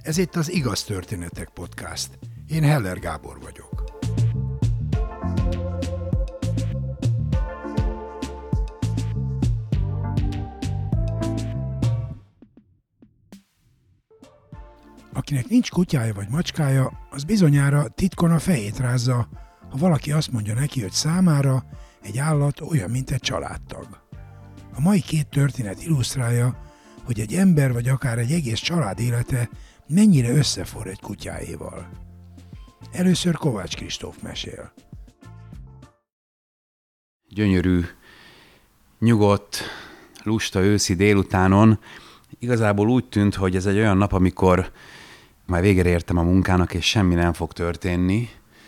Ez itt az Igaz Történetek Podcast. Én Heller Gábor vagyok. Akinek nincs kutyája vagy macskája, az bizonyára titkon a fejét rázza, ha valaki azt mondja neki, hogy számára egy állat olyan, mint egy családtag. A mai két történet illusztrálja, hogy egy ember vagy akár egy egész család élete mennyire összeforr egy kutyáéval. Először Kovács Kristóf mesél. Gyönyörű, nyugodt, lusta őszi délutánon igazából úgy tűnt, hogy ez egy olyan nap, amikor már végére értem a munkának, és semmi nem fog történni,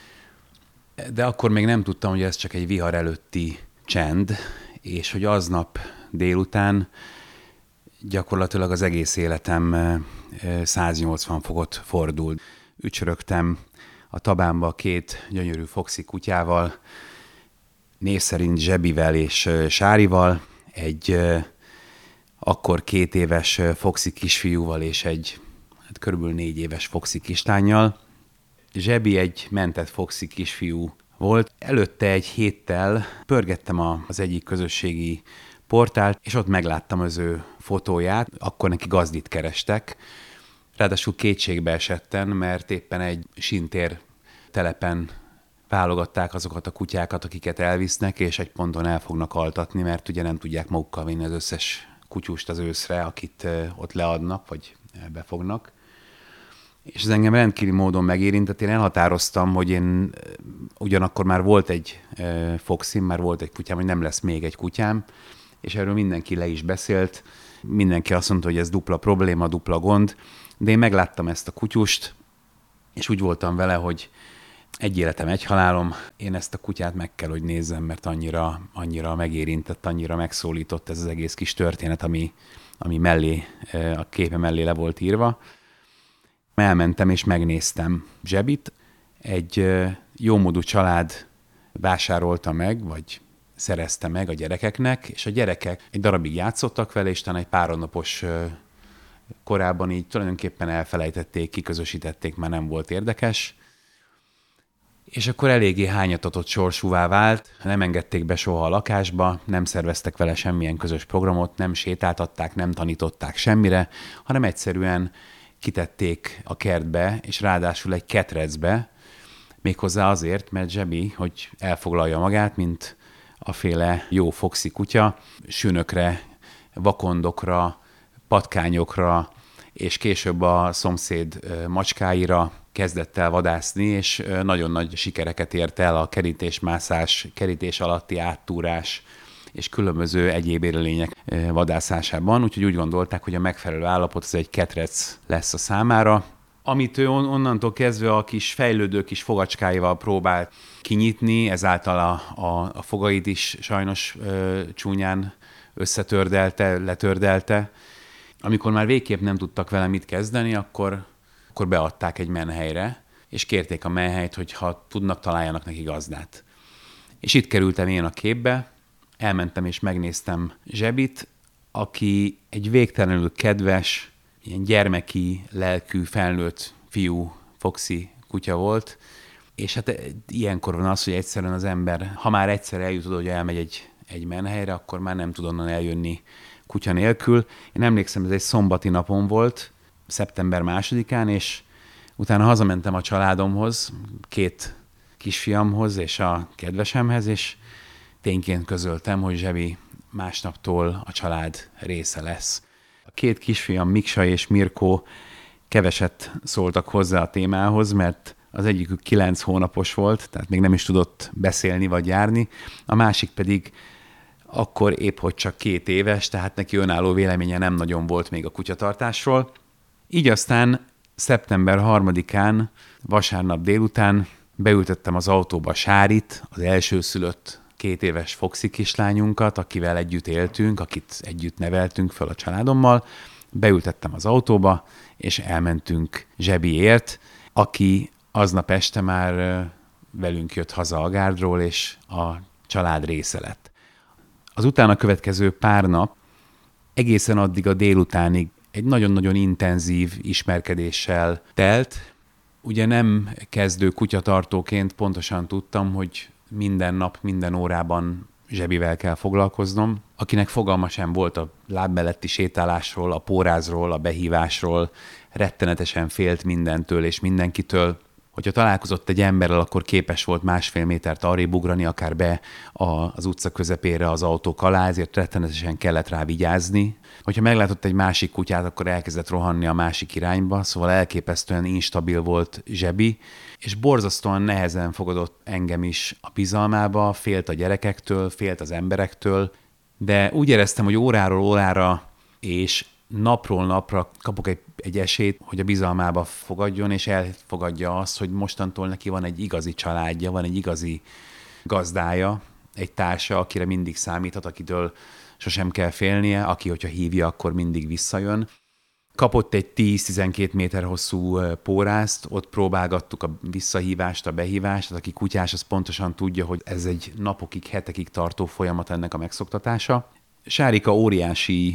de akkor még nem tudtam, hogy ez csak egy vihar előtti csend, és hogy aznap délután gyakorlatilag az egész életem 180 fokot fordult. Ücsörögtem a tabámba két gyönyörű foxy kutyával, név szerint Zsebivel és Sárival, egy akkor 2 éves foxy kisfiúval és egy körülbelül 4 éves foxy kislánnyal. Zsebi egy mentett foxy kisfiú volt. Előtte egy héttel pörgettem az egyik közösségi portált, és ott megláttam az ő fotóját, akkor neki gazdit kerestek. Ráadásul kétségbe esetten, mert éppen egy sintér telepen válogatták azokat a kutyákat, akiket elvisznek, és egy ponton el fognak altatni, mert ugye nem tudják magukkal vinni az összes kutyust az őszre, akit ott leadnak, vagy befognak. És ez engem rendkívüli módon megérintett. Én elhatároztam, hogy én ugyanakkor már volt egy foxim, már volt egy kutyám, hogy nem lesz még egy kutyám, és erről mindenki le is beszélt. Mindenki azt mondta, hogy ez dupla probléma, dupla gond, de én megláttam ezt a kutyust, és úgy voltam vele, hogy egy életem, egy halálom, én ezt a kutyát meg kell, hogy nézzem, mert annyira megérintett, annyira megszólított ez az egész kis történet, ami mellé, a képe mellé le volt írva. Elmentem és megnéztem Zsebit. Egy jómódú család vásárolta meg, vagy szerezte meg a gyerekeknek, és a gyerekek egy darabig játszottak vele, és talán egy pár napos korában így tulajdonképpen elfelejtették, kiközösítették, már nem volt érdekes. És akkor eléggé hányatatott sorsúvá vált, nem engedték be soha a lakásba, nem szerveztek vele semmilyen közös programot, nem sétáltatták, nem tanították semmire, hanem egyszerűen kitették a kertbe, és ráadásul egy ketrecbe, méghozzá azért, mert Zsebi, hogy elfoglalja magát, mint a féle jó foxy kutya, sünökre, vakondokra, patkányokra, és később a szomszéd macskáira kezdett el vadászni, és nagyon nagy sikereket ért el a kerítésmászás, kerítés alatti áttúrás és különböző egyéb élőlények vadászásában, úgyhogy úgy gondolták, hogy a megfelelő állapot az egy ketrec lesz a számára, amit ő onnantól kezdve a kis fejlődő kis fogacskáival próbált kinyitni, ezáltal a fogait is sajnos csúnyán összetördelte, letördelte. Amikor már végképp nem tudtak vele mit kezdeni, akkor beadták egy menhelyre, és kérték a menhelyt, hogy ha tudnak, találjanak neki gazdát. És itt kerültem én a képbe, elmentem és megnéztem Zsebit, aki egy végtelenül kedves, ilyen gyermeki, lelkű, felnőtt fiú, foxy kutya volt, és hát ilyenkor van az, hogy egyszerűen az ember, ha már egyszer eljut, hogy elmegy egy menhelyre, akkor már nem tud onnan eljönni kutya nélkül. Én emlékszem, ez egy szombati napon volt, szeptember 2-án, és utána hazamentem a családomhoz, 2 kisfiamhoz és a kedvesemhez, és tényként közöltem, hogy Zsebi másnaptól a család része lesz. A 2 kisfiam, Miksa és Mirko keveset szóltak hozzá a témához, mert az egyikük 9 hónapos volt, tehát még nem is tudott beszélni vagy járni, a másik pedig akkor épp hogy csak 2 éves, tehát neki önálló véleménye nem nagyon volt még a kutyatartásról. Így aztán szeptember 3-án, vasárnap délután beültettem az autóba Sárit, az elsőszülött 2 éves foxy kislányunkat, akivel együtt éltünk, akit együtt neveltünk föl a családommal. Beültettem az autóba, és elmentünk Zsebiért, aki aznap este már velünk jött haza a gárdról, és a család része lett. Az utána következő pár nap egészen addig a délutánig egy nagyon-nagyon intenzív ismerkedéssel telt. Ugye nem kezdő kutyatartóként pontosan tudtam, hogy minden nap, minden órában Zsebivel kell foglalkoznom, akinek fogalma sem volt a láb melletti sétálásról, a pórázról, a behívásról, rettenetesen félt mindentől és mindenkitől. Hogyha találkozott egy emberrel, akkor képes volt 1,5 métert arrébb ugrani, akár be az utca közepére az autók alá, ezért rettenetesen kellett rá vigyázni. Hogyha meglátott egy másik kutyát, akkor elkezdett rohanni a másik irányba, szóval elképesztően instabil volt Zsebi, és borzasztóan nehezen fogadott engem is a bizalmába, félt a gyerekektől, félt az emberektől, de úgy éreztem, hogy óráról órára és napról napra kapok egy esélyt, hogy a bizalmába fogadjon, és elfogadja azt, hogy mostantól neki van egy igazi családja, van egy igazi gazdája, egy társa, akire mindig számíthat, akitől sosem kell félnie, aki, hogyha hívja, akkor mindig visszajön. Kapott egy 10-12 méter hosszú pórázt, ott próbálgattuk a visszahívást, a behívást, az, aki kutyás, az pontosan tudja, hogy ez egy napokig, hetekig tartó folyamat ennek a megszoktatása. Sárika óriási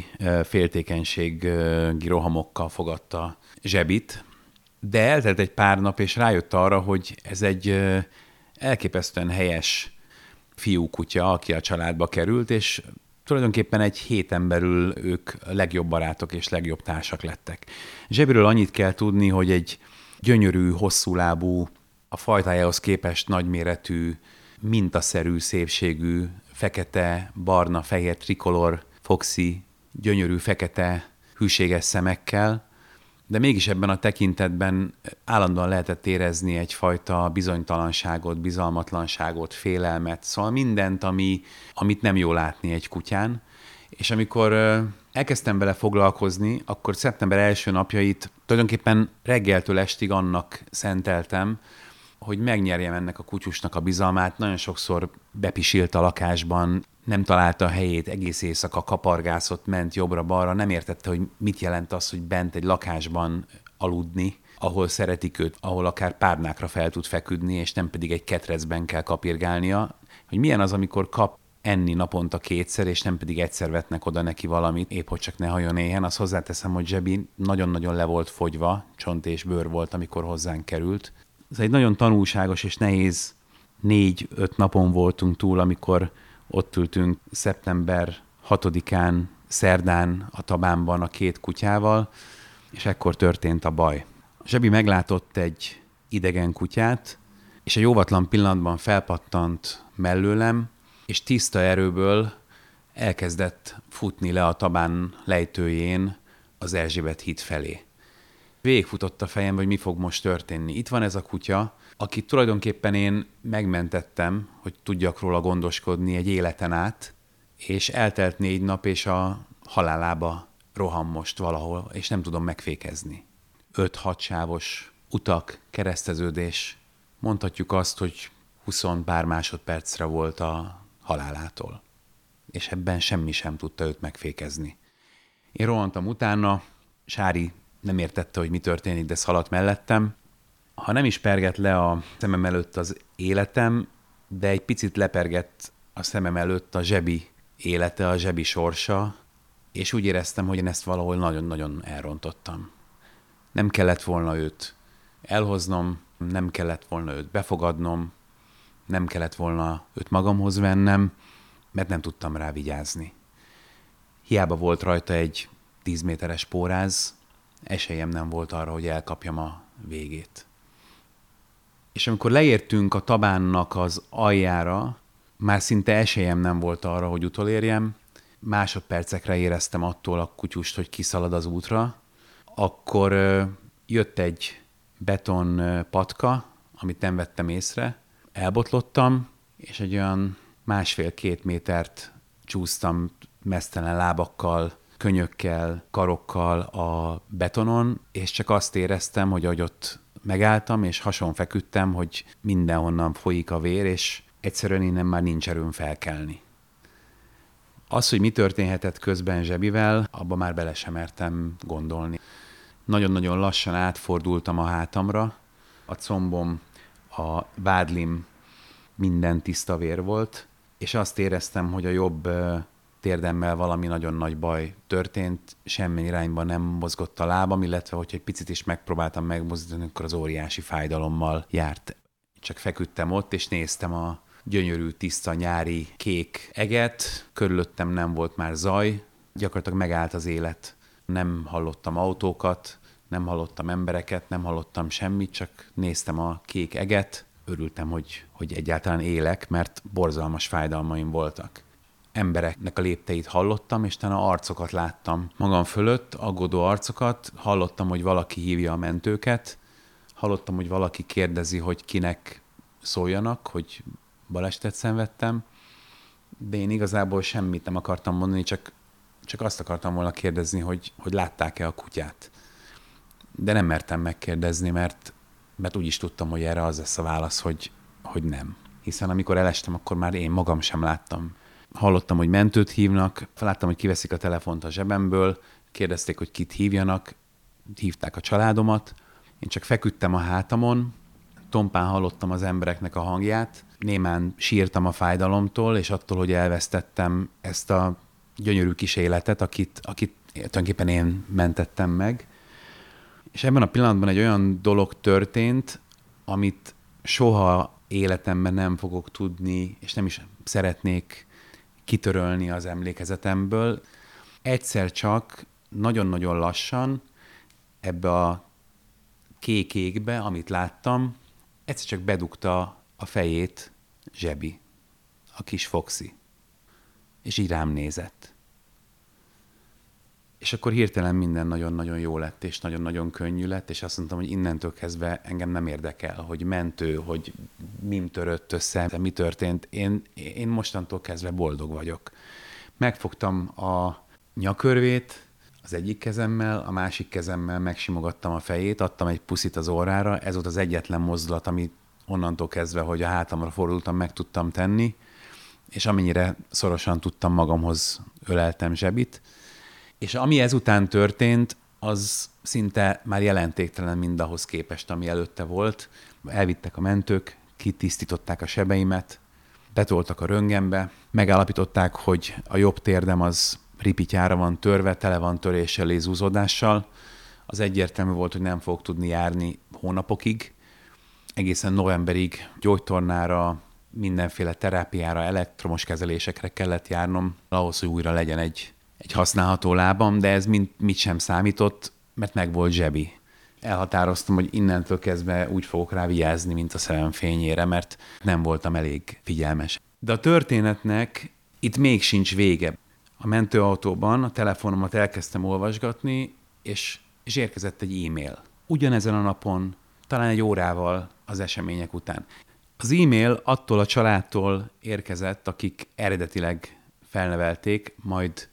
féltékenységi rohamokkal fogadta Zsebit, de eltelt egy pár nap, és rájött arra, hogy ez egy elképesztően helyes fiúkutya, aki a családba került, és tulajdonképpen egy héten belül ők legjobb barátok és legjobb társak lettek. Zsebiről annyit kell tudni, hogy egy gyönyörű, hosszúlábú, a fajtájához képest nagyméretű, mintaszerű, szépségű, fekete, barna, fehér, trikolor, foxy, gyönyörű, fekete, hűséges szemekkel, de mégis ebben a tekintetben állandóan lehetett érezni egyfajta bizonytalanságot, bizalmatlanságot, félelmet, szóval mindent, amit nem jó látni egy kutyán. És amikor elkezdtem vele foglalkozni, akkor szeptember első napjait tulajdonképpen reggeltől estig annak szenteltem, hogy megnyerjem ennek a kutyusnak a bizalmát. Nagyon sokszor bepisilt a lakásban, nem találta a helyét, egész éjszaka kapargászott, ment jobbra-balra, nem értette, hogy mit jelent az, hogy bent egy lakásban aludni, ahol szeretik őt, ahol akár párnákra fel tud feküdni, és nem pedig egy ketrecben kell kapirgálnia, hogy milyen az, amikor kap enni naponta 2-szer, és nem pedig egyszer vetnek oda neki valamit, épp hogy csak ne halljon éhen. Azt hozzáteszem, hogy Zsebi nagyon-nagyon le volt fogyva, csont és bőr volt, amikor hozzánk került. Ez egy nagyon tanulságos és nehéz 4-5 napon voltunk túl, amikor ott ültünk szeptember 6-án, szerdán a Tabánban a 2 kutyával, és ekkor történt a baj. Zsebi meglátott egy idegen kutyát, és egy óvatlan pillanatban felpattant mellőlem, és tiszta erőből elkezdett futni le a Tabán lejtőjén az Erzsébet híd felé. Végigfutott a fejem, hogy mi fog most történni. Itt van ez a kutya, akit tulajdonképpen én megmentettem, hogy tudjak róla gondoskodni egy életen át, és eltelt 4 nap, és a halálába roham most valahol, és nem tudom megfékezni. 5-6 sávos utak, kereszteződés. Mondhatjuk azt, hogy 20 pár másodpercre volt a halálától. És ebben semmi sem tudta őt megfékezni. Én rohantam utána, Sári nem értette, hogy mi történik, de szaladt mellettem. Ha nem is pergett le a szemem előtt az életem, de egy picit lepergett a szemem előtt a Zsebi élete, a Zsebi sorsa, és úgy éreztem, hogy én ezt valahol nagyon-nagyon elrontottam. Nem kellett volna őt elhoznom, nem kellett volna őt befogadnom, nem kellett volna őt magamhoz vennem, mert nem tudtam rá vigyázni. Hiába volt rajta egy 10 méteres póráz, esélyem nem volt arra, hogy elkapjam a végét. És amikor leértünk a Tabánnak az aljára, már szinte esélyem nem volt arra, hogy utolérjem, másodpercekre éreztem attól a kutyust, hogy kiszalad az útra, akkor jött egy beton patka, amit nem vettem észre, elbotlottam, és egy olyan 1,5-2 métert csúsztam meztelen lábakkal, könyökkel, karokkal a betonon, és csak azt éreztem, hogy ahogy ott megálltam, és hason feküdtem, hogy mindenhonnan folyik a vér, és egyszerűen innen már nincs erőm felkelni. Az, hogy mi történhetett közben Zsebivel, abba már bele sem mertem gondolni. Nagyon-nagyon lassan átfordultam a hátamra, a combom, a vádlim minden tiszta vér volt, és azt éreztem, hogy a jobb térdemmel valami nagyon nagy baj történt, semmi irányban nem mozgott a lábam, illetve hogyha egy picit is megpróbáltam megmozdítani, akkor az óriási fájdalommal járt. Csak feküdtem ott, és néztem a gyönyörű, tiszta, nyári, kék eget, körülöttem nem volt már zaj, gyakorlatilag megállt az élet. Nem hallottam autókat, nem hallottam embereket, nem hallottam semmit, csak néztem a kék eget, örültem, hogy egyáltalán élek, mert borzalmas fájdalmaim voltak. Embereknek a lépteit hallottam, és utána arcokat láttam magam fölött, aggódó arcokat, hallottam, hogy valaki hívja a mentőket, hallottam, hogy valaki kérdezi, hogy kinek szóljanak, hogy balesetet szenvedtem, de én igazából semmit nem akartam mondani, csak azt akartam volna kérdezni, hogy látták-e a kutyát. De nem mertem megkérdezni, mert úgy is tudtam, hogy erre az lesz a válasz, hogy nem. Hiszen amikor elestem, akkor már én magam sem láttam. Hallottam, hogy mentőt hívnak, láttam, hogy kiveszik a telefont a zsebemből, kérdezték, hogy kit hívjanak, hívták a családomat. Én csak feküdtem a hátamon, tompán hallottam az embereknek a hangját, némán sírtam a fájdalomtól, és attól, hogy elvesztettem ezt a gyönyörű kis életet, akit tulajdonképpen én mentettem meg. És ebben a pillanatban egy olyan dolog történt, amit soha életemben nem fogok tudni, és nem is szeretnék kitörölni az emlékezetemből. Egyszer csak, nagyon-nagyon lassan ebbe a kék égbe, amit láttam, egyszer csak bedugta a fejét Zsebi, a kis Foxy, és így rám nézett. És akkor hirtelen minden nagyon-nagyon jó lett, és nagyon-nagyon könnyű lett, és azt mondtam, hogy innentől kezdve engem nem érdekel, hogy mentő, hogy mi törött össze, mi történt. Én mostantól kezdve boldog vagyok. Megfogtam a nyakörvét az egyik kezemmel, a másik kezemmel megsimogattam a fejét, adtam egy puszit az orrára, ez volt az egyetlen mozdulat, amit onnantól kezdve, hogy a hátamra fordultam, meg tudtam tenni, és amennyire szorosan tudtam magamhoz öleltem Zsebit. És ami ezután történt, az szinte már jelentéktelen mindahhoz képest, ami előtte volt. Elvittek a mentők, kitisztították a sebeimet, betoltak a röntgenbe, megállapították, hogy a jobb térdem az ripityára van törve, tele van töréssel, lézúzódással. Az egyértelmű volt, hogy nem fogok tudni járni hónapokig. Egészen novemberig gyógytornára, mindenféle terápiára, elektromos kezelésekre kellett járnom, ahhoz, hogy újra legyen egy használható lábam, de ez mit sem számított, mert meg volt Zsebi. Elhatároztam, hogy innentől kezdve úgy fogok rá vigyázni, mint a szemem fényére, mert nem voltam elég figyelmes. De a történetnek itt még sincs vége. A mentőautóban a telefonomat elkezdtem olvasgatni, és érkezett egy e-mail. Ugyanezen a napon, talán egy órával az események után. Az e-mail attól a családtól érkezett, akik eredetileg felnevelték, majd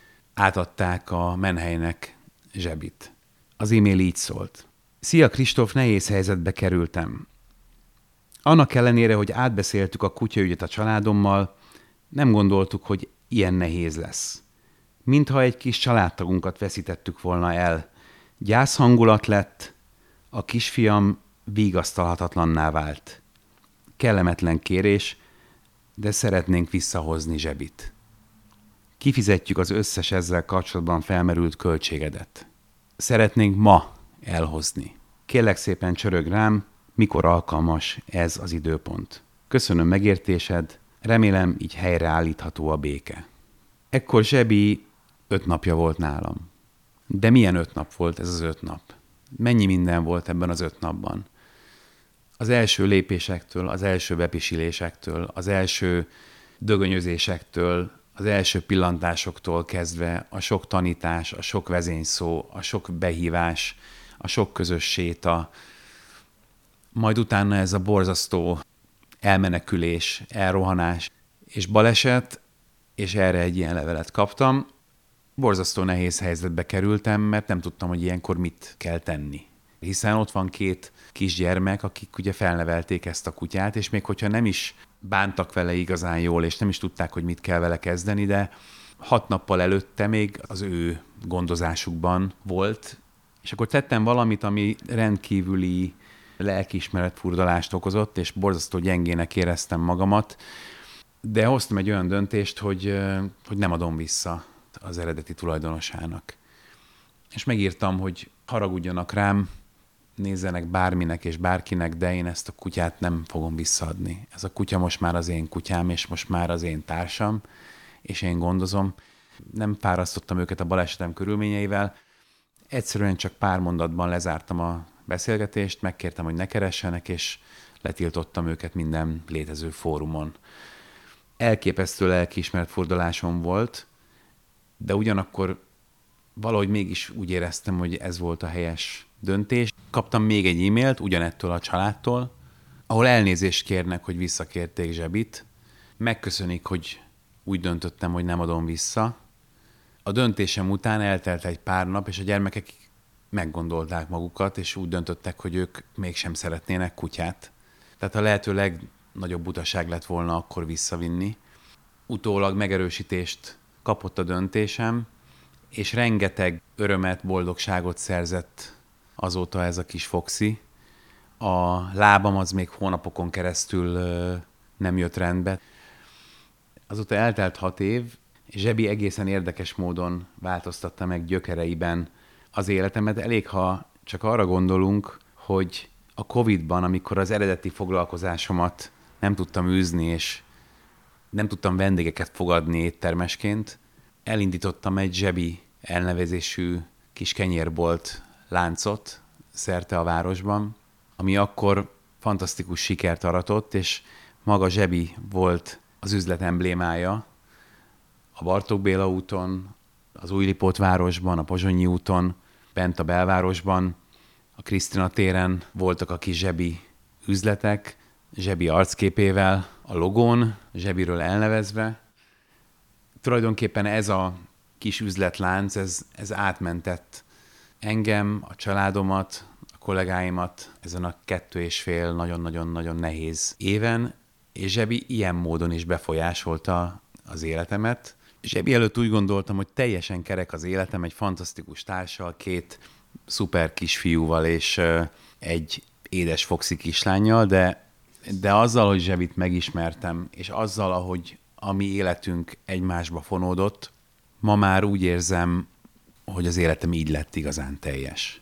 átadták a menhelynek Zsebit. Az e-mail így szólt. Szia Kristóf, nehéz helyzetbe kerültem. Annak ellenére, hogy átbeszéltük a kutyaügyet a családommal, nem gondoltuk, hogy ilyen nehéz lesz. Mintha egy kis családtagunkat veszítettük volna el. Gyászhangulat lett, a kisfiam vigasztalhatatlanná vált. Kellemetlen kérés, de szeretnénk visszahozni Zsebit. Kifizetjük az összes ezzel kapcsolatban felmerült költségedet. Szeretnénk ma elhozni. Kérlek szépen csörög rám, mikor alkalmas ez az időpont. Köszönöm megértésed, remélem így helyreállítható a béke. Ekkor Zsebi 5 napja volt nálam. De milyen 5 nap volt ez az 5 nap? Mennyi minden volt ebben az 5 napban? Az első lépésektől, az első bepisilésektől, az első dögönyözésektől, az első pillantásoktól kezdve a sok tanítás, a sok vezényszó, a sok behívás, a sok közös séta, majd utána ez a borzasztó elmenekülés, elrohanás és baleset, és erre egy ilyen levelet kaptam. Borzasztó nehéz helyzetbe kerültem, mert nem tudtam, hogy ilyenkor mit kell tenni. Hiszen ott van 2 kisgyermek, akik ugye felnevelték ezt a kutyát, és még hogyha nem is bántak vele igazán jól, és nem is tudták, hogy mit kell vele kezdeni, de 6 nappal előtte még az ő gondozásukban volt, és akkor tettem valamit, ami rendkívüli lelkiismeretfurdalást okozott, és borzasztó gyengének éreztem magamat. De hoztam egy olyan döntést, hogy nem adom vissza az eredeti tulajdonosának. És megírtam, hogy haragudjanak rám, nézzenek bárminek és bárkinek, de én ezt a kutyát nem fogom visszaadni. Ez a kutya most már az én kutyám, és most már az én társam, és én gondozom. Nem fárasztottam őket a balesetem körülményeivel, egyszerűen csak pár mondatban lezártam a beszélgetést, megkértem, hogy ne keressenek, és letiltottam őket minden létező fórumon. Elképesztő lelkiismeret fordulásom volt, de ugyanakkor valahogy mégis úgy éreztem, hogy ez volt a helyes döntés. Kaptam még egy e-mailt ugyanettől a családtól, ahol elnézést kérnek, hogy visszakérték Zsebit. Megköszönik, hogy úgy döntöttem, hogy nem adom vissza. A döntésem után eltelt egy pár nap, és a gyermekek meggondolták magukat, és úgy döntöttek, hogy ők mégsem szeretnének kutyát. Tehát a lehető legnagyobb butaság lett volna akkor visszavinni. Utólag megerősítést kapott a döntésem, és rengeteg örömet, boldogságot szerzett azóta ez a kis Foxy. A lábam az még hónapokon keresztül nem jött rendbe. Azóta eltelt 6 év, és Zsebi egészen érdekes módon változtatta meg gyökereiben az életemet. Elég, ha csak arra gondolunk, hogy a Covid-ban, amikor az eredeti foglalkozásomat nem tudtam űzni, és nem tudtam vendégeket fogadni éttermesként, elindítottam egy Zsebi elnevezésű kis kenyérbolt láncot szerte a városban, ami akkor fantasztikus sikert aratott, és maga Zsebi volt az üzlet emblémája a Bartók Béla úton, az Újlipót városban, a Pozsonyi úton, bent a belvárosban, a Krisztina téren voltak a kis Zsebi üzletek, Zsebi arcképével, a logón, Zsebiről elnevezve. Tulajdonképpen ez a kis üzletlánc, ez átmentett engem, a családomat, a kollégáimat ezen a 2,5 nagyon-nagyon-nagyon nehéz éven, és Zsebi ilyen módon is befolyásolta az életemet. Zsebi előtt úgy gondoltam, hogy teljesen kerek az életem, egy fantasztikus társal, 2 szuper kisfiúval és egy édes Foxy kislánnyal, de azzal, hogy Zsebit megismertem, és azzal, ahogy a mi életünk egymásba fonódott, ma már úgy érzem, hogy az életem így lett igazán teljes.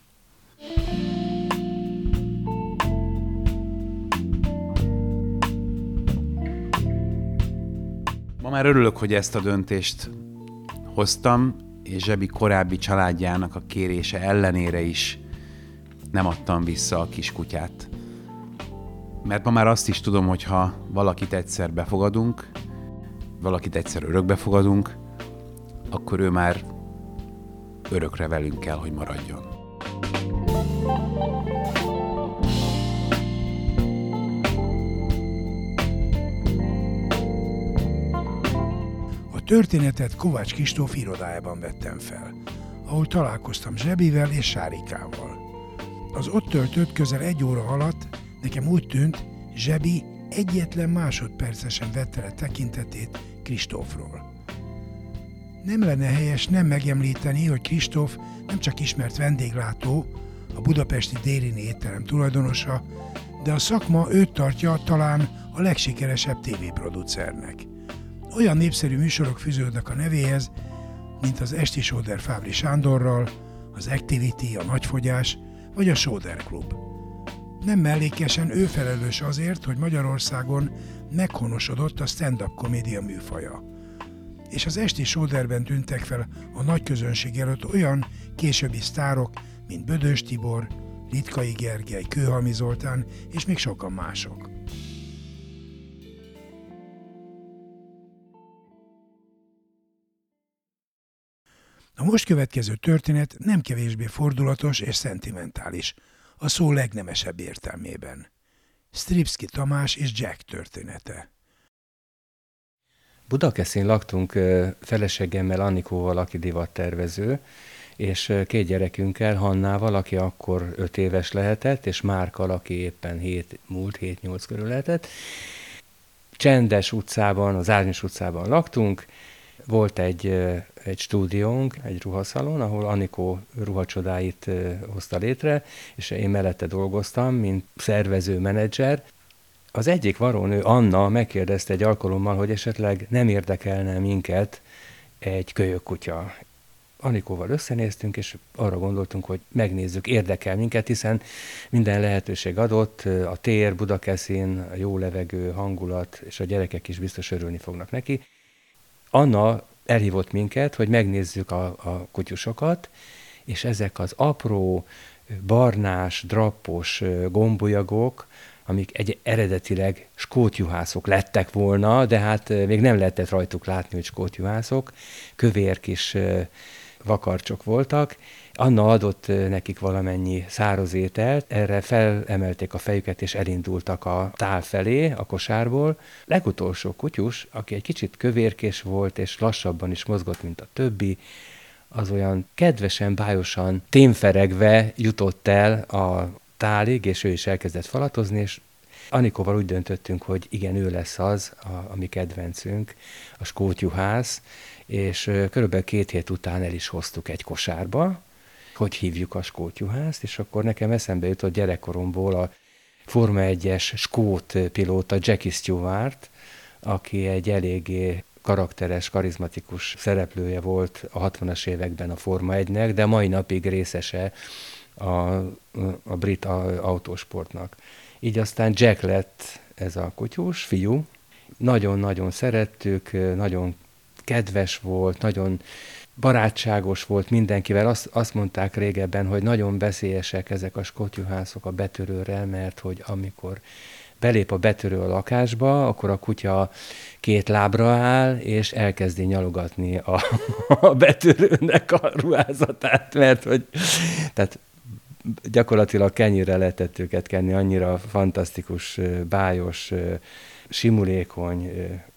Ma már örülök, hogy ezt a döntést hoztam, és Zsebi korábbi családjának a kérése ellenére is nem adtam vissza a kiskutyát. Mert ma már azt is tudom, hogy ha valakit egyszer befogadunk, valakit egyszer örökbe fogadunk, akkor ő már örökre velünk kell, hogy maradjon. A történetet Kovács Kristóf irodájában vettem fel, ahol találkoztam Zsebivel és Sárikával. Az ott töltött közel 1 óra alatt nekem úgy tűnt, Zsebi egyetlen másodperce sem vette le tekintetét Kristófról. Nem lenne helyes nem megemlíteni, hogy Kristóf nem csak ismert vendéglátó, a budapesti Dérini étterem tulajdonosa, de a szakma őt tartja talán a legsikeresebb tévéproducernek. Olyan népszerű műsorok fűződnek a nevéhez, mint az Esti Sóder Fábri Sándorral, az Activity, a Nagyfogyás vagy a Sóder Klub. Nem mellékesen ő felelős azért, hogy Magyarországon meghonosodott a stand-up komédia műfaja. És az Esti Sóderben tűntek fel a nagy közönség előtt olyan későbbi sztárok, mint Bödös Tibor, Litkai Gergely, Kőhalmi Zoltán és még sokan mások. A most következő történet nem kevésbé fordulatos és szentimentális, a szó legnemesebb értelmében. Stripszky Tamás és Jack története. Budakeszin laktunk feleségemmel, Annikóval, aki divattervező, és 2 gyerekünkkel, Hannával, aki akkor 5 éves lehetett, és Márkkal, aki éppen 7-8 körül lehetett. Csendes utcában, az Árnyos utcában laktunk, volt egy stúdiónk, egy ruhaszalon, ahol Annikó ruhacsodáit hozta létre, és én mellette dolgoztam, mint szervező menedzser. Az egyik varrónő, Anna megkérdezte egy alkalommal, hogy esetleg nem érdekelne minket egy kölyökkutya. Anikóval összenéztünk, és arra gondoltunk, hogy megnézzük, érdekel minket, hiszen minden lehetőség adott, a tér, Budakeszin, a jó levegő, hangulat, és a gyerekek is biztos örülni fognak neki. Anna elhívott minket, hogy megnézzük a kutyusokat, és ezek az apró, barnás, drappos gombolyagok, amik eredetileg skótjuhászok lettek volna, de hát még nem lehetett rajtuk látni, hogy skótjuhászok, kövér kis vakarcsok voltak. Anna adott nekik valamennyi száraz ételt, erre felemelték a fejüket és elindultak a tál felé, a kosárból. Legutolsó kutyus, aki egy kicsit kövérkés volt és lassabban is mozgott, mint a többi, az olyan kedvesen, bájosan, témferegve jutott el a tálig, és ő is elkezdett falatozni, és Anikóval úgy döntöttünk, hogy igen, ő lesz az, a mi kedvencünk, a skótjuhász, és körülbelül 2 hét után el is hoztuk egy kosárba, hogy hívjuk a skótjuhászt, és akkor nekem eszembe jutott gyerekkoromból a Forma 1-es skót pilóta Jackie Stewart, aki egy eléggé karakteres, karizmatikus szereplője volt a 60-as években a Forma 1-nek, de mai napig részese a brit autósportnak. Így aztán Jack lett ez a kutyus, fiú. Nagyon-nagyon szerettük, nagyon kedves volt, nagyon barátságos volt mindenkivel. Azt mondták régebben, hogy nagyon veszélyesek ezek a skótjuhászok a betörőre, mert hogy amikor belép a betörő a lakásba, akkor a kutya 2 lábra áll, és elkezdi nyalogatni a betörőnek a ruházatát, mert hogy tehát gyakorlatilag kenyérre lehetett őket kenni, annyira fantasztikus, bájos, simulékony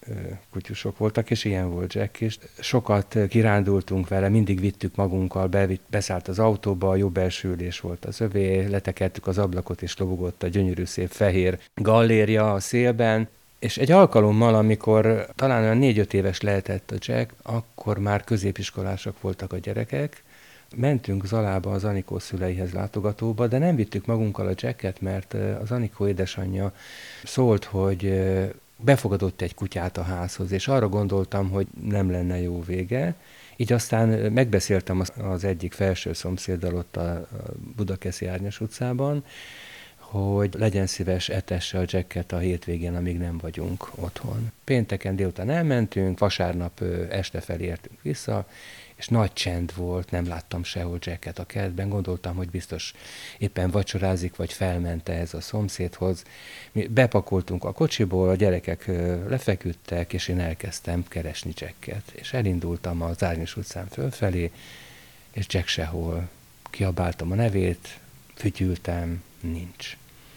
kutyusok voltak, és ilyen volt Jack is. Sokat kirándultunk vele, mindig vittük magunkkal, beszállt az autóba, jobb belső ülés volt az övé, letekertük az ablakot, és lobogott a gyönyörű szép fehér gallérja a szélben, és egy alkalommal, amikor talán olyan 4-5 éves lehetett a Jack, akkor már középiskolások voltak a gyerekek, mentünk Zalába az Anikó szüleihez látogatóba, de nem vittük magunkkal a Jacket, mert az Anikó édesanyja szólt, hogy befogadott egy kutyát a házhoz, és arra gondoltam, hogy nem lenne jó vége. Így aztán megbeszéltem az egyik felső szomszéddal ott a Budakeszi Árnyas utcában, hogy legyen szíves, etesse a Jacket a hétvégén, amíg nem vagyunk otthon. Pénteken délután elmentünk, vasárnap este felé értünk vissza, és nagy csend volt, nem láttam sehol Jacket a kertben, gondoltam, hogy biztos éppen vacsorázik, vagy felment ez a szomszédhoz. Mi bepakoltunk a kocsiból, a gyerekek lefeküdtek, és én elkezdtem keresni Jacket, és elindultam az Árnyas utcán fölfelé, és Jack sehol. Kiabáltam a nevét, fütyültem, nincs.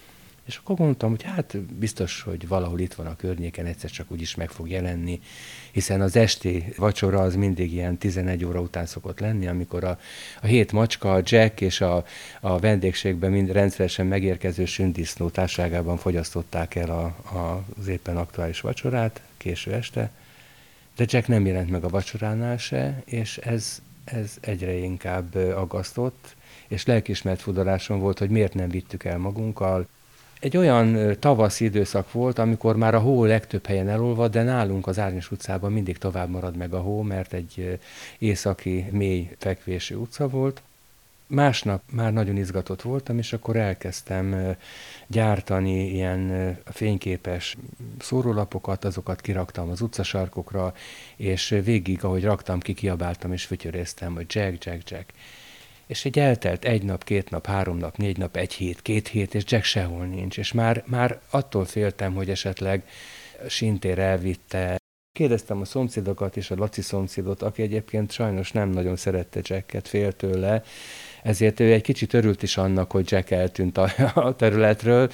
És akkor gondoltam, hogy hát biztos, hogy valahol itt van a környéken, egyszer csak úgyis meg fog jelenni, hiszen az esti vacsora az mindig ilyen 11 óra után szokott lenni, amikor a 7 macska, a Jack és a vendégségben mind rendszeresen megérkező sündisznó társaságában fogyasztották el az éppen aktuális vacsorát késő este, de Jack nem jelent meg a vacsoránál se, és ez egyre inkább aggasztott, és lelkiismert fudarásom volt, hogy miért nem vittük el magunkkal. Egy olyan tavaszi időszak volt, amikor már a hó legtöbb helyen elolvad, de nálunk az Árnyas utcában mindig tovább marad meg a hó, mert egy északi, mély fekvésű utca volt. Másnap már nagyon izgatott voltam, és akkor elkezdtem gyártani ilyen fényképes szórólapokat, azokat kiraktam az utcasarkokra, és végig, ahogy raktam, kiabáltam és fütyöréztem, hogy Jack, Jack, Jack. És így eltelt 1 nap, 2 nap, 3 nap, 4 nap, 1 hét, 2 hét, és Jack sehol nincs. És már attól féltem, hogy esetleg Sintér elvitte. Kérdeztem a szomszédokat és a Laci szomszédot, aki egyébként sajnos nem nagyon szerette Jacket, fél tőle, ezért ő egy kicsit örült is annak, hogy Jack eltűnt a területről.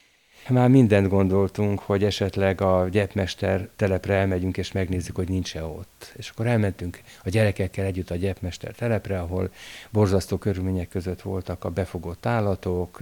Már mindent gondoltunk, hogy esetleg a gyepmester telepre elmegyünk, és megnézzük, hogy nincs-e ott. És akkor elmentünk a gyerekekkel együtt a gyepmester telepre, ahol borzasztó körülmények között voltak a befogott állatok,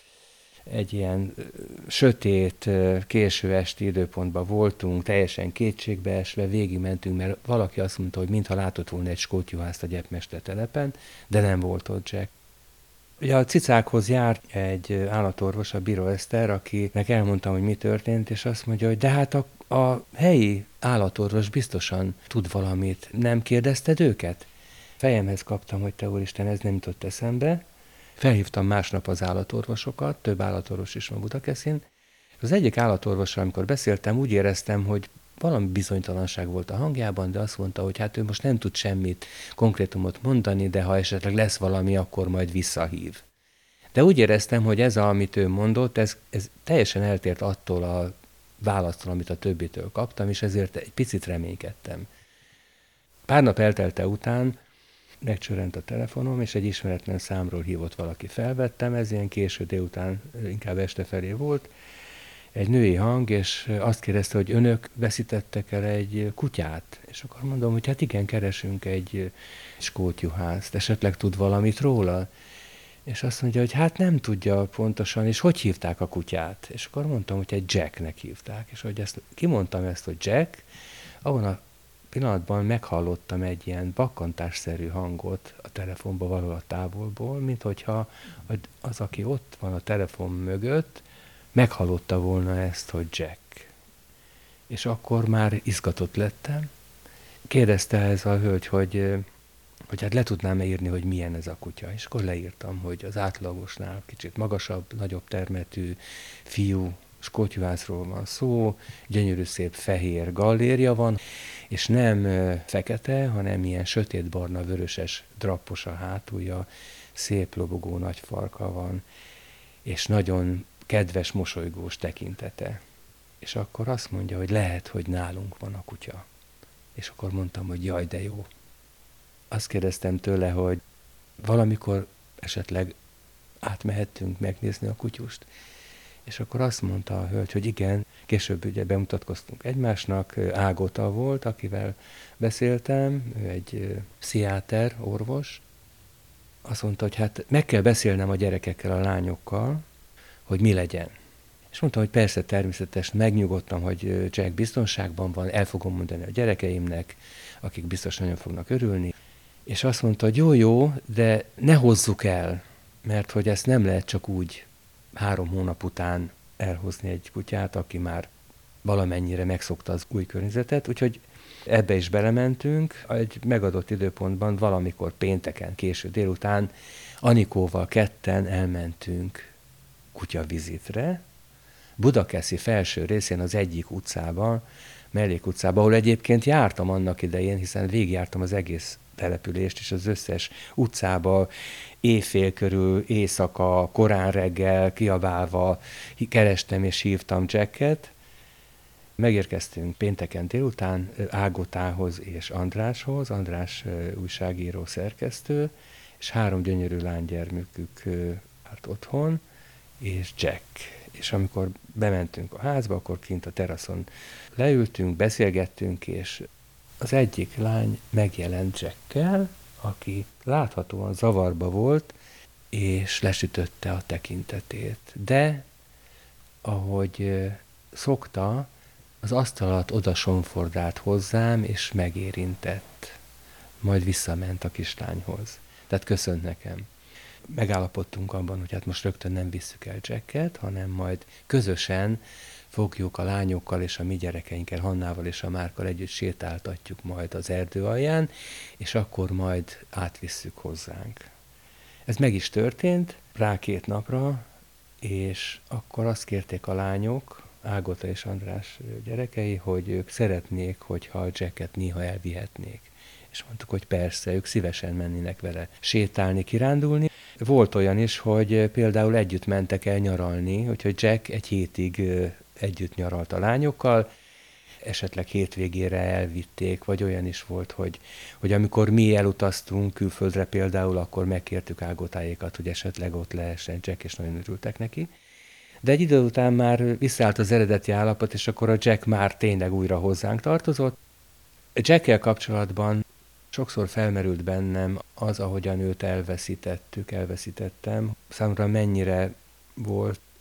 egy ilyen sötét, késő esti időpontban voltunk, teljesen kétségbeesve, végigmentünk, mert valaki azt mondta, hogy mintha látott volna egy skótjuhászt a gyepmester telepen, de nem volt ott Jack. Ugye a cicákhoz járt egy állatorvos, a Bíró Eszter, akinek elmondtam, hogy mi történt, és azt mondja, hogy de hát a helyi állatorvos biztosan tud valamit. Nem kérdezted őket? Fejemhez kaptam, hogy te úristen, ez nem jutott eszembe. Felhívtam másnap az állatorvosokat, több állatorvos is van Budakeszin. Az egyik állatorvossal, amikor beszéltem, úgy éreztem, hogy valami bizonytalanság volt a hangjában, de azt mondta, hogy hát ő most nem tud semmit konkrétumot mondani, de ha esetleg lesz valami, akkor majd visszahív. De úgy éreztem, hogy ez, amit ő mondott, ez teljesen eltért attól a választól, amit a többitől kaptam, és ezért egy picit reménykedtem. Pár nap eltelte után megcsörrent a telefonom, és egy ismeretlen számról hívott valaki. Felvettem, ez ilyen késő délután, inkább este felé volt, egy női hang, és azt kérdezte, hogy önök veszítettek el egy kutyát. És akkor mondom, hogy hát igen, keresünk egy skótjuhászt, esetleg tud valamit róla. És azt mondja, hogy hát nem tudja pontosan, és hogy hívták a kutyát. És akkor mondtam, hogy egy Jacknek hívták. És hogy kimondtam ezt, hogy Jack, abban a pillanatban meghallottam egy ilyen bakkantásszerű hangot a telefonba valahol a távolból, mint hogyha az, aki ott van a telefon mögött, meghallotta volna ezt, hogy Jack. És akkor már izgatott lettem. Kérdezte ez a hölgy, hogy hát le tudnám-e írni, hogy milyen ez a kutya. És akkor leírtam, hogy az átlagosnál kicsit magasabb, nagyobb termetű fiú, skótjuhászról van szó, gyönyörű szép fehér gallérja van, és nem fekete, hanem ilyen sötétbarna, vöröses, drappos a hátulja, szép lobogó nagy farka van, és nagyon kedves, mosolygós tekintete. És akkor azt mondja, hogy lehet, hogy nálunk van a kutya. És akkor mondtam, hogy jaj, de jó. Azt kérdeztem tőle, hogy valamikor esetleg átmehettünk megnézni a kutyust. És akkor azt mondta a hölgy, hogy igen, később ugye bemutatkoztunk egymásnak, Ágota volt, akivel beszéltem, ő egy pszichiáter, orvos. Azt mondta, hogy hát meg kell beszélnem a gyerekekkel, a lányokkal, hogy mi legyen. És mondtam, hogy persze, természetesen megnyugodtam, hogy Jack biztonságban van, el fogom mondani a gyerekeimnek, akik biztos nagyon fognak örülni. És azt mondta, hogy jó, de ne hozzuk el, mert hogy ezt nem lehet csak úgy 3 hónap után elhozni egy kutyát, aki már valamennyire megszokta az új környezetet, úgyhogy ebbe is belementünk. Egy megadott időpontban, valamikor pénteken, késő délután Anikóval ketten elmentünk kutyavizitre, Budakeszi felső részén az egyik utcában, mellékutcában, ahol egyébként jártam annak idején, hiszen végigjártam az egész települést, és az összes utcába éjfél körül, éjszaka, korán reggel kiabálva kerestem és hívtam Jacket. Megérkeztünk pénteken délután Ágotához és Andráshoz, András újságíró, szerkesztő, és 3 gyönyörű lánygyermekük állt otthon, és Jack. És amikor bementünk a házba, akkor kint a teraszon leültünk, beszélgettünk, és az egyik lány megjelent Jackkel, aki láthatóan zavarba volt, és lesütötte a tekintetét. De, ahogy szokta, az asztal alatt oda sonfordált hozzám, és megérintett. Majd visszament a kislányhoz. Tehát köszönt nekem. Megállapodtunk abban, hogy hát most rögtön nem visszük el Jacket, hanem majd közösen fogjuk a lányokkal és a mi gyerekeinkkel, Hannával és a Márkkal együtt sétáltatjuk majd az erdő alján, és akkor majd átvisszük hozzánk. Ez meg is történt, rá 2 napra, és akkor azt kérték a lányok, Ágota és András gyerekei, hogy ők szeretnék, hogyha a Jacket néha elvihetnék. És mondtuk, hogy persze, ők szívesen mennének vele sétálni, kirándulni. Volt olyan is, hogy például együtt mentek el nyaralni, úgyhogy Jack egy hétig együtt nyaralt a lányokkal, esetleg hétvégére elvitték, vagy olyan is volt, hogy amikor mi elutaztunk külföldre például, akkor megkértük Ágotáékat, hogy esetleg ott lehessen Jack, és nagyon örültek neki. De egy idő után már visszaállt az eredeti állapot, és akkor a Jack már tényleg újra hozzánk tartozott. Jackkel kapcsolatban sokszor felmerült bennem az, ahogyan őt elveszítettem. Számomra mennyire volt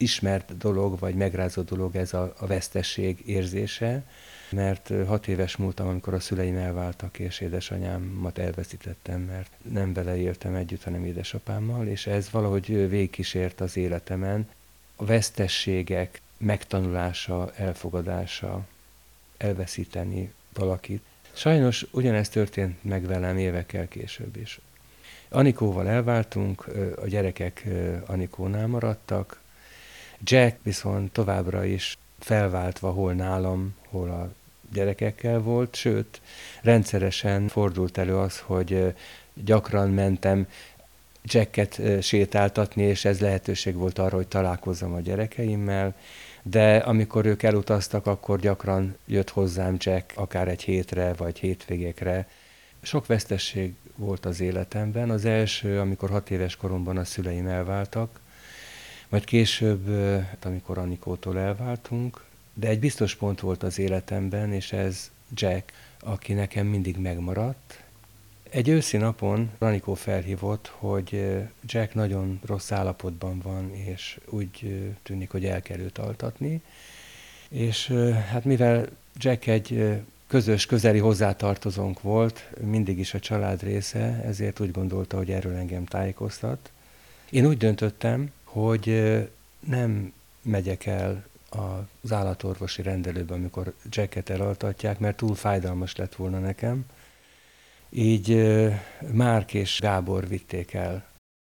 ismert dolog, vagy megrázó dolog ez a vesztesség érzése, mert 6 éves múltam, amikor a szüleim elváltak, és édesanyámat elveszítettem, mert nem vele éltem együtt, hanem édesapámmal, és ez valahogy végigkísért az életemen. A vesztességek megtanulása, elfogadása, elveszíteni valakit. Sajnos ugyanezt történt meg velem évekkel később is. Anikóval elváltunk, a gyerekek Anikónál maradtak, Jack viszont továbbra is felváltva hol nálam, hol a gyerekekkel volt, sőt, rendszeresen fordult elő az, hogy gyakran mentem Jacket sétáltatni, és ez lehetőség volt arra, hogy találkozzam a gyerekeimmel, de amikor ők elutaztak, akkor gyakran jött hozzám Jack, akár egy hétre, vagy hétvégékre. Sok vesztesség volt az életemben. Az első, amikor 6 éves koromban a szüleim elváltak, majd később, amikor Anikótól elváltunk, de egy biztos pont volt az életemben, és ez Jack, aki nekem mindig megmaradt. Egy őszi napon Anikó felhívott, hogy Jack nagyon rossz állapotban van, és úgy tűnik, hogy el kell őt altatni. És hát mivel Jack egy közös, közeli hozzátartozónk volt, mindig is a család része, ezért úgy gondolta, hogy erről engem tájékoztat. Én úgy döntöttem, hogy nem megyek el az állatorvosi rendelőbe, amikor Jacket elaltatják, mert túl fájdalmas lett volna nekem. Így Márk és Gábor vitték el.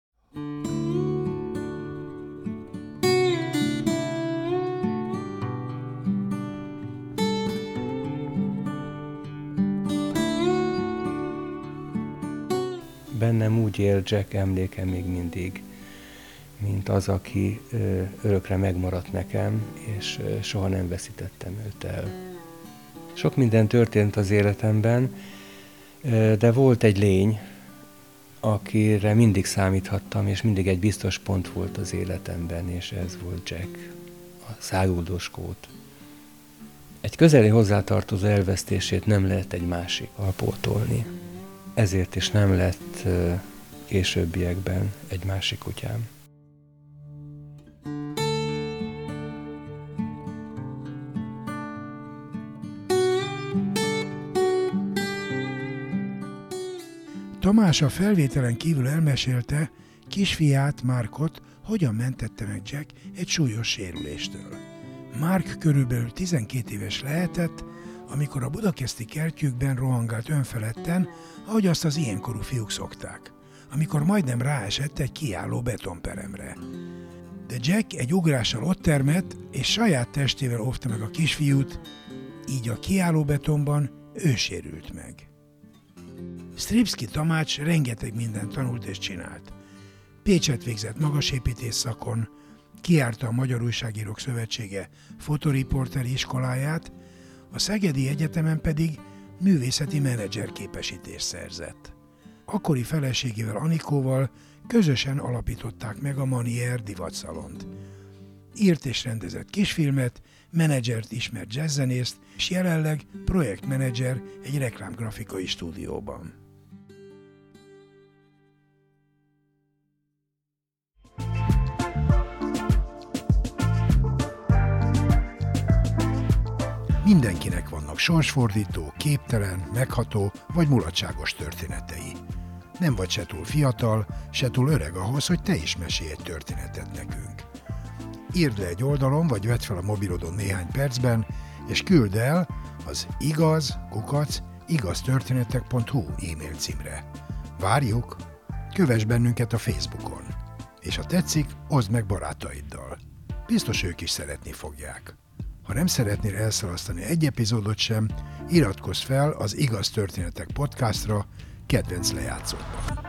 Bennem úgy él Jack emléke még mindig, mint az, aki örökre megmaradt nekem, és soha nem veszítettem őt el. Sok minden történt az életemben, de volt egy lény, akire mindig számíthattam, és mindig egy biztos pont volt az életemben, és ez volt Jack, a száguldó skót. Egy közeli hozzátartozó elvesztését nem lehet egy másikkal pótolni. Ezért is nem lett későbbiekben egy másik kutyám. Tamás a felvételen kívül elmesélte, kisfiát, Márkot, hogyan mentette meg Jack egy súlyos sérüléstől. Márk körülbelül 12 éves lehetett, amikor a budakeszti kertjükben rohangált önfeledten, ahogy azt az ilyenkorú fiúk szokták, amikor majdnem ráesett egy kiálló betonperemre. De Jack egy ugrással ott termett, és saját testével óvta meg a kisfiút, így a kiálló betonban ő sérült meg. Stripszky Tamács rengeteg mindent tanult és csinált. Pécset végzett magasépítés szakon, kijárta a Magyar Újságírók Szövetsége fotoriporteri iskoláját, a Szegedi Egyetemen pedig művészeti menedzser képesítést szerzett. Akkori feleségével, Anikóval közösen alapították meg a Manier divatszalont. Írt és rendezett kisfilmet, menedzsert ismert jazzzenészt, és jelenleg projektmenedzser egy reklámgrafikai stúdióban. Mindenkinek vannak sorsfordító, képtelen, megható vagy mulatságos történetei. Nem vagy se túl fiatal, se túl öreg ahhoz, hogy te is mesélj egy történetet nekünk. Írd le egy oldalon, vagy vedd fel a mobilodon néhány percben, és küld el az igaztörténetek.hu e-mail címre. Várjuk! Kövess bennünket a Facebookon. És ha tetszik, oszd meg barátaiddal. Biztos ők is szeretni fogják. Ha nem szeretnél elszalasztani egy epizódot sem, iratkozz fel az Igaz Történetek podcastra kedvenc lejátszódban.